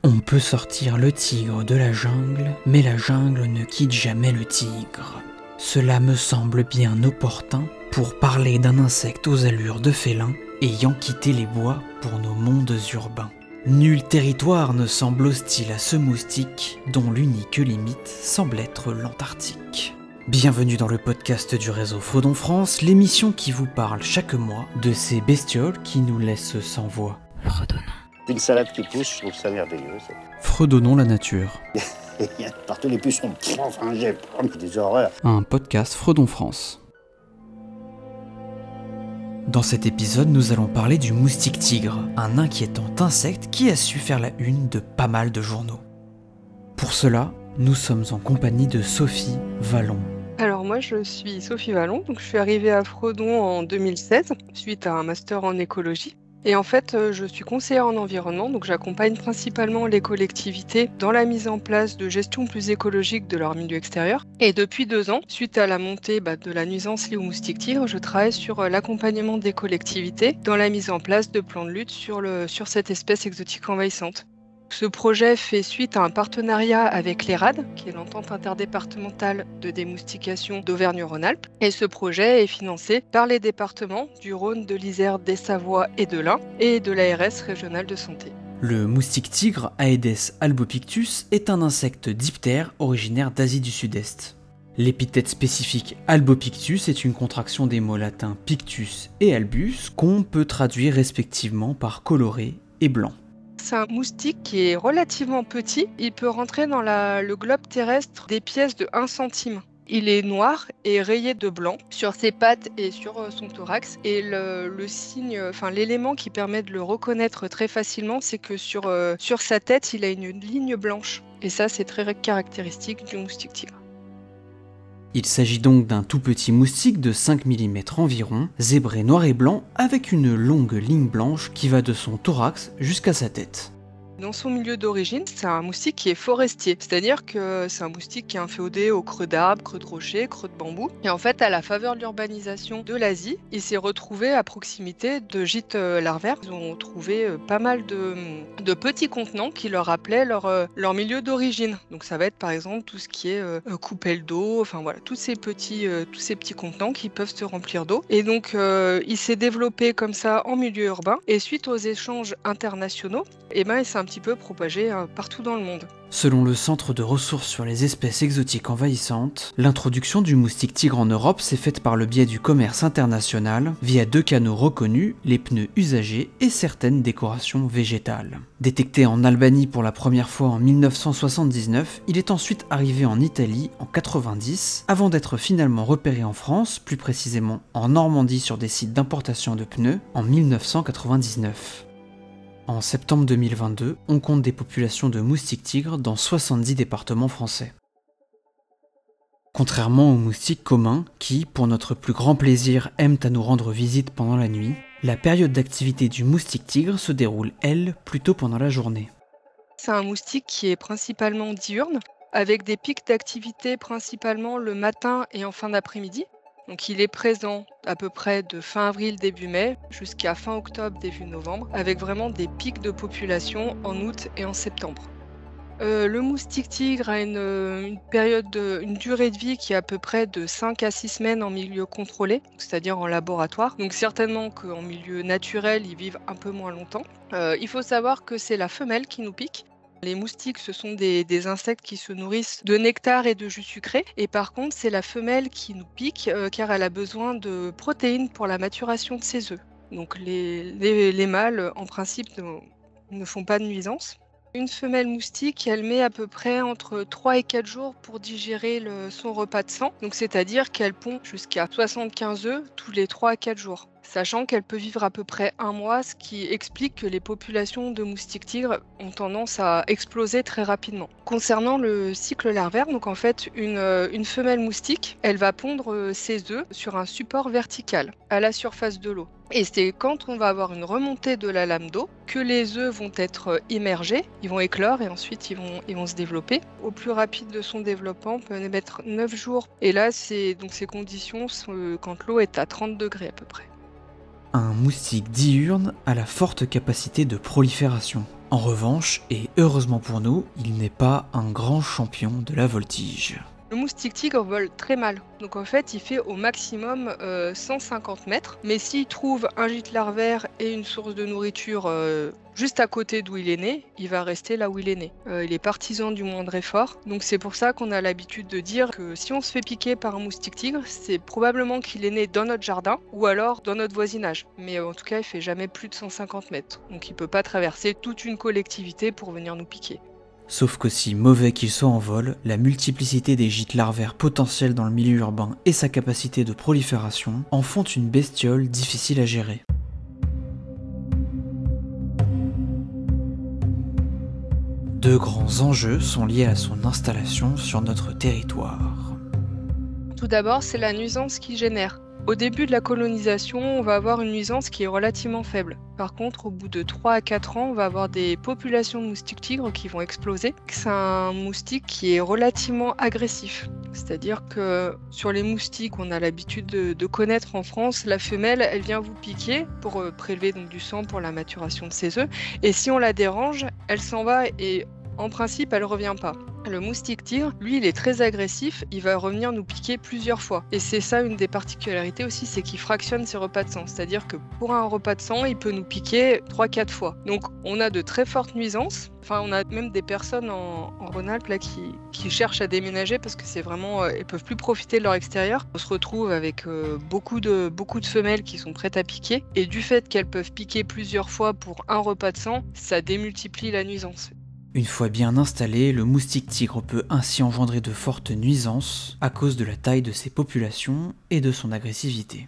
On peut sortir le tigre de la jungle, mais la jungle ne quitte jamais le tigre. Cela me semble bien opportun pour parler d'un insecte aux allures de félin, ayant quitté les bois pour nos mondes urbains. Nul territoire ne semble hostile à ce moustique, dont l'unique limite semble être l'Antarctique. Bienvenue dans le podcast du réseau Fredon France, l'émission qui vous parle chaque mois de ces bestioles qui nous laissent sans voix. Fredonnons. Une salade qui pousse, je trouve ça merveilleux. Fredonnons la nature. Partout les pucerons, enfin j'ai des horreurs. Un podcast Fredon France. Dans cet épisode, nous allons parler du moustique tigre, un inquiétant insecte qui a su faire la une de pas mal de journaux. Pour cela, nous sommes en compagnie de Sophie Vallon. Alors moi je suis Sophie Vallon, donc je suis arrivée à Fredon en 2016 suite à un master en écologie. Et en fait, je suis conseillère en environnement, donc j'accompagne principalement les collectivités dans la mise en place de gestion plus écologique de leur milieu extérieur. Et depuis 2 ans, suite à la montée de la nuisance liée au moustique tigre, je travaille sur l'accompagnement des collectivités dans la mise en place de plans de lutte sur cette espèce exotique envahissante. Ce projet fait suite à un partenariat avec l'ERAD, qui est l'entente interdépartementale de démoustication d'Auvergne-Rhône-Alpes. Et ce projet est financé par les départements du Rhône, de l'Isère, des Savoies et de l'Ain, et de l'ARS régionale de santé. Le moustique tigre, Aedes albopictus, est un insecte diptère originaire d'Asie du Sud-Est. L'épithète spécifique albopictus est une contraction des mots latins pictus et albus, qu'on peut traduire respectivement par coloré et blanc. C'est un moustique qui est relativement petit. Il peut rentrer dans le globe terrestre des pièces de 1 centime. Il est noir et rayé de blanc sur ses pattes et sur son thorax. Et le signe, l'élément qui permet de le reconnaître très facilement, c'est que sur sa tête, il a une ligne blanche. Et ça, c'est très caractéristique du moustique tigre. Il s'agit donc d'un tout petit moustique de 5 mm environ, zébré noir et blanc avec une longue ligne blanche qui va de son thorax jusqu'à sa tête. Dans son milieu d'origine, c'est un moustique qui est forestier, c'est-à-dire que c'est un moustique qui est inféodé au creux d'arbres, creux de rochers, creux de bambous. Et en fait, à la faveur de l'urbanisation de l'Asie, il s'est retrouvé à proximité de gîtes larvaires. Ils ont trouvé pas mal de petits contenants qui leur rappelaient leur milieu d'origine. Donc ça va être par exemple tout ce qui est coupelle d'eau, tous ces petits contenants qui peuvent se remplir d'eau. Et donc il s'est développé comme ça en milieu urbain. Et suite aux échanges internationaux, il s'est un petit peu propagé partout dans le monde. Selon le Centre de ressources sur les espèces exotiques envahissantes, l'introduction du moustique tigre en Europe s'est faite par le biais du commerce international via 2 canaux reconnus, les pneus usagés et certaines décorations végétales. Détecté en Albanie pour la première fois en 1979, il est ensuite arrivé en Italie en 90, avant d'être finalement repéré en France, plus précisément en Normandie sur des sites d'importation de pneus, en 1999. En septembre 2022, on compte des populations de moustiques tigres dans 70 départements français. Contrairement aux moustiques communs, qui, pour notre plus grand plaisir, aiment à nous rendre visite pendant la nuit, la période d'activité du moustique tigre se déroule, elle, plutôt pendant la journée. C'est un moustique qui est principalement diurne, avec des pics d'activité principalement le matin et en fin d'après-midi. Donc il est présent à peu près de fin avril, début mai, jusqu'à fin octobre, début novembre, avec vraiment des pics de population en août et en septembre. Le moustique tigre a une durée de vie qui est à peu près de 5 à 6 semaines en milieu contrôlé, c'est-à-dire en laboratoire. Donc certainement qu'en milieu naturel, ils vivent un peu moins longtemps. Il faut savoir que c'est la femelle qui nous pique. Les moustiques, ce sont des insectes qui se nourrissent de nectar et de jus sucré. Et par contre, c'est la femelle qui nous pique car elle a besoin de protéines pour la maturation de ses œufs. Donc les mâles, en principe, ne font pas de nuisance. Une femelle moustique, elle met à peu près entre 3 et 4 jours pour digérer son repas de sang. Donc c'est-à-dire qu'elle pond jusqu'à 75 œufs tous les 3 à 4 jours. Sachant qu'elle peut vivre à peu près 1 mois, ce qui explique que les populations de moustiques tigres ont tendance à exploser très rapidement. Concernant le cycle larvaire, donc en fait, une femelle moustique, elle va pondre ses œufs sur un support vertical à la surface de l'eau. Et c'est quand on va avoir une remontée de la lame d'eau que les œufs vont être immergés, ils vont éclore et ensuite ils vont se développer. Au plus rapide de son développement, on peut mettre 9 jours. Et là, ces conditions sont quand l'eau est à 30 degrés à peu près. Un moustique diurne a la forte capacité de prolifération. En revanche, et heureusement pour nous, il n'est pas un grand champion de la voltige. Le moustique tigre vole très mal, donc en fait il fait au maximum 150 mètres, mais s'il trouve un gîte larvaire et une source de nourriture juste à côté d'où il est né, il va rester là où il est né. Il est partisan du moindre effort, donc c'est pour ça qu'on a l'habitude de dire que si on se fait piquer par un moustique tigre, c'est probablement qu'il est né dans notre jardin ou alors dans notre voisinage, mais en tout cas il fait jamais plus de 150 mètres, donc il peut pas traverser toute une collectivité pour venir nous piquer. Sauf qu'aussi mauvais qu'il soit en vol, la multiplicité des gîtes larvaires potentiels dans le milieu urbain et sa capacité de prolifération en font une bestiole difficile à gérer. Deux grands enjeux sont liés à son installation sur notre territoire. Tout d'abord, c'est la nuisance qu'il génère. Au début de la colonisation, on va avoir une nuisance qui est relativement faible. Par contre, au bout de 3 à 4 ans, on va avoir des populations de moustiques tigres qui vont exploser. C'est un moustique qui est relativement agressif. C'est-à-dire que sur les moustiques, on a l'habitude de connaître en France, la femelle, elle vient vous piquer pour prélever donc du sang pour la maturation de ses œufs. Et si on la dérange, elle s'en va et en principe, elle ne revient pas. Le moustique tigre, lui, il est très agressif, il va revenir nous piquer plusieurs fois. Et c'est ça une des particularités aussi, c'est qu'il fractionne ses repas de sang. C'est-à-dire que pour un repas de sang, il peut nous piquer 3-4 fois. Donc on a de très fortes nuisances. Enfin, on a même des personnes en Rhône-Alpes là, qui cherchent à déménager parce que c'est vraiment, elles peuvent plus profiter de leur extérieur. On se retrouve avec beaucoup de femelles qui sont prêtes à piquer. Et du fait qu'elles peuvent piquer plusieurs fois pour un repas de sang, ça démultiplie la nuisance. Une fois bien installé, le moustique tigre peut ainsi engendrer de fortes nuisances à cause de la taille de ses populations et de son agressivité.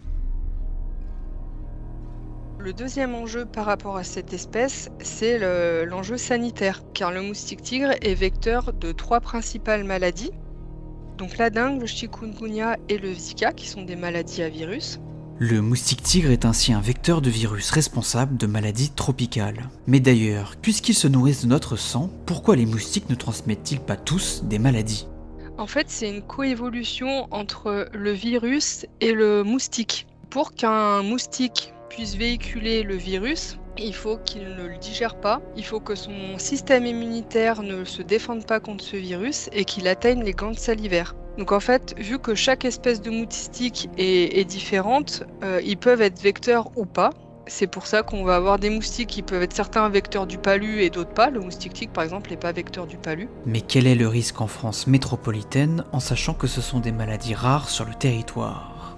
Le deuxième enjeu par rapport à cette espèce, c'est l'enjeu sanitaire, car le moustique tigre est vecteur de 3 principales maladies. Donc la dengue, le chikungunya et le Zika, qui sont des maladies à virus. Le moustique tigre est ainsi un vecteur de virus responsable de maladies tropicales. Mais d'ailleurs, puisqu'ils se nourrissent de notre sang, pourquoi les moustiques ne transmettent-ils pas tous des maladies ? En fait, c'est une coévolution entre le virus et le moustique. Pour qu'un moustique puisse véhiculer le virus, il faut qu'il ne le digère pas, il faut que son système immunitaire ne se défende pas contre ce virus et qu'il atteigne les glandes salivaires. Donc en fait, vu que chaque espèce de moustique est différente, ils peuvent être vecteurs ou pas. C'est pour ça qu'on va avoir des moustiques qui peuvent être certains vecteurs du palu et d'autres pas. Le moustique tigre par exemple n'est pas vecteur du palu. Mais quel est le risque en France métropolitaine en sachant que ce sont des maladies rares sur le territoire ?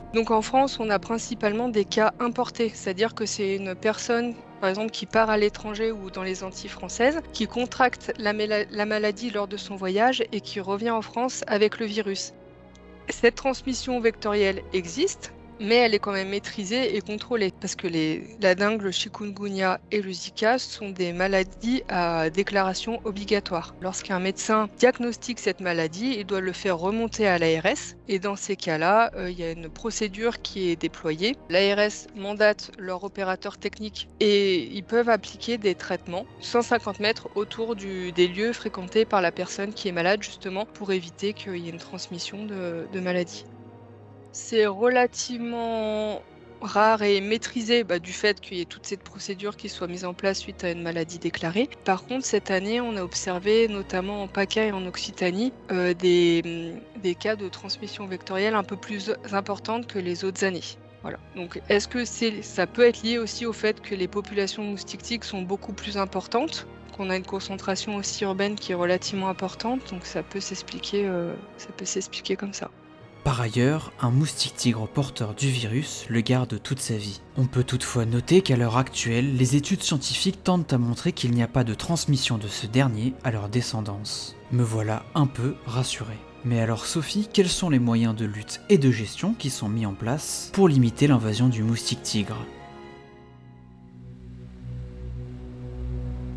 Donc en France, on a principalement des cas importés, c'est-à-dire que c'est une personne par exemple qui part à l'étranger ou dans les Antilles françaises, qui contracte la maladie lors de son voyage et qui revient en France avec le virus. Cette transmission vectorielle existe, mais elle est quand même maîtrisée et contrôlée, parce que la dengue, le chikungunya et le Zika sont des maladies à déclaration obligatoire. Lorsqu'un médecin diagnostique cette maladie, il doit le faire remonter à l'ARS, et dans ces cas-là, il y a une procédure qui est déployée. L'ARS mandate leur opérateur technique et ils peuvent appliquer des traitements 150 mètres autour des lieux fréquentés par la personne qui est malade, justement pour éviter qu'il y ait une transmission de maladie. C'est relativement rare et maîtrisé du fait qu'il y ait toute cette procédure qui soit mise en place suite à une maladie déclarée. Par contre, cette année, on a observé, notamment en PACA et en Occitanie, des cas de transmission vectorielle un peu plus importantes que les autres années. Voilà. Donc, est-ce que ça peut être lié aussi au fait que les populations de moustiques tigres sont beaucoup plus importantes, qu'on a une concentration aussi urbaine qui est relativement importante, donc ça peut s'expliquer comme ça. Par ailleurs, un moustique tigre porteur du virus le garde toute sa vie. On peut toutefois noter qu'à l'heure actuelle, les études scientifiques tentent à montrer qu'il n'y a pas de transmission de ce dernier à leur descendance. Me voilà un peu rassuré. Mais alors Sophie, quels sont les moyens de lutte et de gestion qui sont mis en place pour limiter l'invasion du moustique tigre ?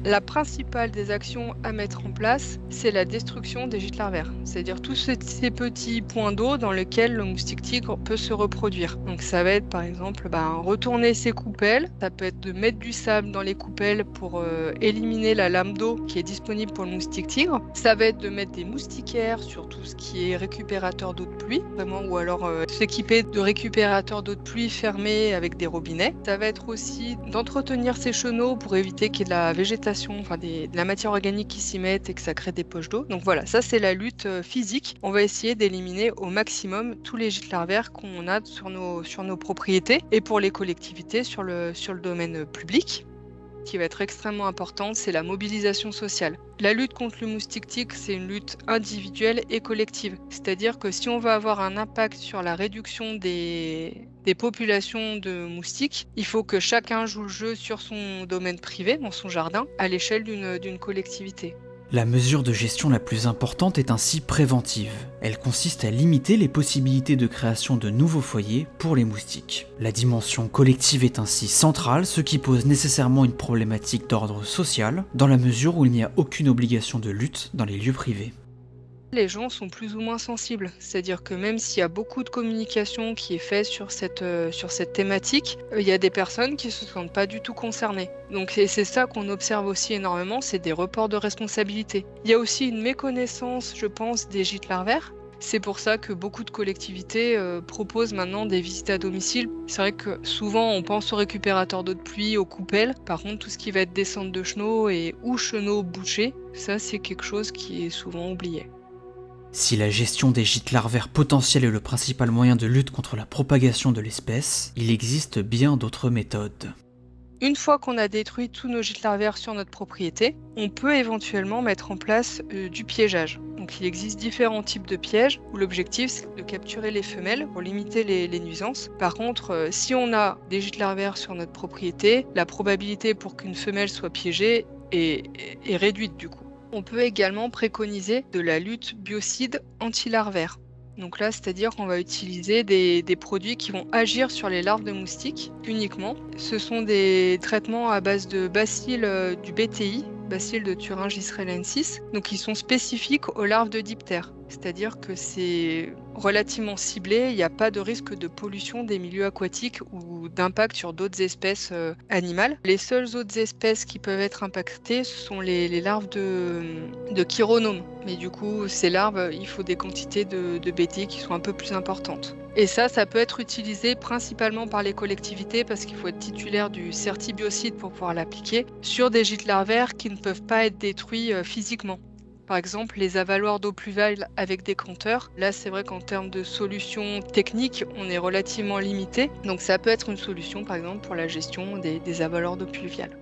La principale des actions à mettre en place, c'est la destruction des gîtes larvaires, c'est-à-dire tous ces petits points d'eau dans lesquels le moustique tigre peut se reproduire. Donc ça va être par exemple retourner ses coupelles, ça peut être de mettre du sable dans les coupelles pour éliminer la lame d'eau qui est disponible pour le moustique tigre. Ça va être de mettre des moustiquaires sur tout ce qui est récupérateur d'eau de pluie, vraiment, ou alors s'équiper de récupérateurs d'eau de pluie fermés avec des robinets. Ça va être aussi d'entretenir ces chenaux pour éviter qu'il y ait de la végétation, de la matière organique qui s'y mette et que ça crée des poches d'eau. Donc voilà, ça c'est la lutte physique. On va essayer d'éliminer au maximum tous les gîtes larvaires qu'on a sur nos propriétés et pour les collectivités sur le domaine public. Ce qui va être extrêmement importante, c'est la mobilisation sociale. La lutte contre le moustique tigre, c'est une lutte individuelle et collective. C'est-à-dire que si on veut avoir un impact sur la réduction des populations de moustiques, il faut que chacun joue le jeu sur son domaine privé, dans son jardin, à l'échelle d'une collectivité. La mesure de gestion la plus importante est ainsi préventive. Elle consiste à limiter les possibilités de création de nouveaux foyers pour les moustiques. La dimension collective est ainsi centrale, ce qui pose nécessairement une problématique d'ordre social, dans la mesure où il n'y a aucune obligation de lutte dans les lieux privés. Les gens sont plus ou moins sensibles, c'est-à-dire que même s'il y a beaucoup de communication qui est faite sur cette thématique, il y a des personnes qui ne se sentent pas du tout concernées. Donc c'est ça qu'on observe aussi énormément, c'est des reports de responsabilité. Il y a aussi une méconnaissance, je pense, des gîtes larvaires. C'est pour ça que beaucoup de collectivités proposent maintenant des visites à domicile. C'est vrai que souvent on pense aux récupérateurs d'eau de pluie, aux coupelles. Par contre, tout ce qui va être descente de chenaux ou chenaux bouchés, ça c'est quelque chose qui est souvent oublié. Si la gestion des gîtes larvaires potentiels est le principal moyen de lutte contre la propagation de l'espèce, il existe bien d'autres méthodes. Une fois qu'on a détruit tous nos gîtes larvaires sur notre propriété, on peut éventuellement mettre en place du piégeage. Donc il existe différents types de pièges où l'objectif c'est de capturer les femelles pour limiter les nuisances. Par contre, si on a des gîtes larvaires sur notre propriété, la probabilité pour qu'une femelle soit piégée est réduite du coup. On peut également préconiser de la lutte biocide anti-larvaire. Donc là, c'est-à-dire qu'on va utiliser des produits qui vont agir sur les larves de moustiques uniquement. Ce sont des traitements à base de bacilles du BTI, bacilles de Thuringe israelensis, donc qui sont spécifiques aux larves de diptères. C'est-à-dire que c'est relativement ciblé, il n'y a pas de risque de pollution des milieux aquatiques ou d'impact sur d'autres espèces animales. Les seules autres espèces qui peuvent être impactées, ce sont les larves de chironomes. Mais du coup, ces larves, il faut des quantités de BTI qui sont un peu plus importantes. Et ça peut être utilisé principalement par les collectivités parce qu'il faut être titulaire du certibiocide pour pouvoir l'appliquer sur des gîtes larvaires qui ne peuvent pas être détruits physiquement. Par exemple, les avaloirs d'eau pluviale avec des compteurs. Là, c'est vrai qu'en termes de solutions techniques, on est relativement limité. Donc ça peut être une solution, par exemple, pour la gestion des avaloirs d'eau pluviale.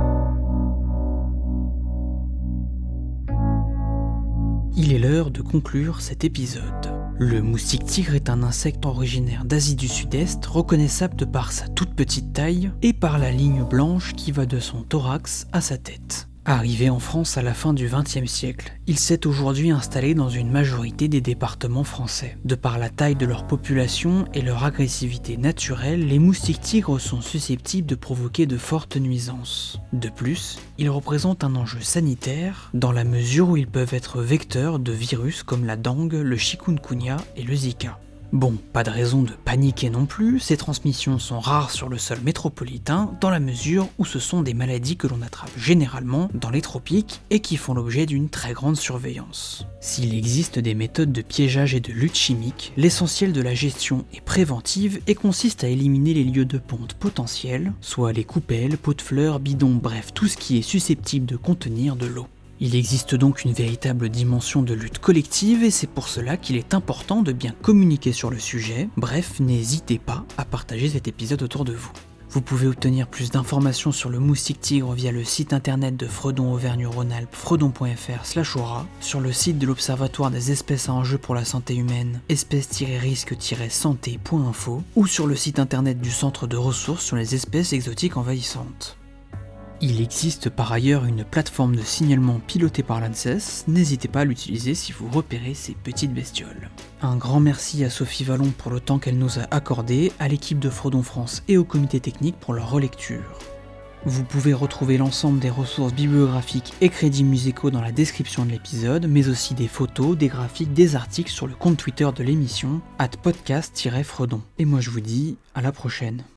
Il est l'heure de conclure cet épisode. Le moustique tigre est un insecte originaire d'Asie du Sud-Est, reconnaissable de par sa toute petite taille et par la ligne blanche qui va de son thorax à sa tête. Arrivé en France à la fin du XXe siècle, il s'est aujourd'hui installé dans une majorité des départements français. De par la taille de leur population et leur agressivité naturelle, les moustiques tigres sont susceptibles de provoquer de fortes nuisances. De plus, ils représentent un enjeu sanitaire dans la mesure où ils peuvent être vecteurs de virus comme la dengue, le chikungunya et le Zika. Bon, pas de raison de paniquer non plus, ces transmissions sont rares sur le sol métropolitain dans la mesure où ce sont des maladies que l'on attrape généralement dans les tropiques et qui font l'objet d'une très grande surveillance. S'il existe des méthodes de piégeage et de lutte chimique, l'essentiel de la gestion est préventive et consiste à éliminer les lieux de ponte potentiels, soit les coupelles, pots de fleurs, bidons, bref tout ce qui est susceptible de contenir de l'eau. Il existe donc une véritable dimension de lutte collective et c'est pour cela qu'il est important de bien communiquer sur le sujet. Bref, n'hésitez pas à partager cet épisode autour de vous. Vous pouvez obtenir plus d'informations sur le moustique tigre via le site internet de Fredon Auvergne-Rhône-Alpes, fredon.fr/aura, sur le site de l'Observatoire des espèces à enjeu pour la santé humaine, espèces-risques-santé.info, ou sur le site internet du Centre de ressources sur les espèces exotiques envahissantes. Il existe par ailleurs une plateforme de signalement pilotée par l'ANSES, n'hésitez pas à l'utiliser si vous repérez ces petites bestioles. Un grand merci à Sophie Vallon pour le temps qu'elle nous a accordé, à l'équipe de Fredon France et au comité technique pour leur relecture. Vous pouvez retrouver l'ensemble des ressources bibliographiques et crédits musicaux dans la description de l'épisode, mais aussi des photos, des graphiques, des articles sur le compte Twitter de l'émission, @podcast-fredon. Et moi je vous dis à la prochaine.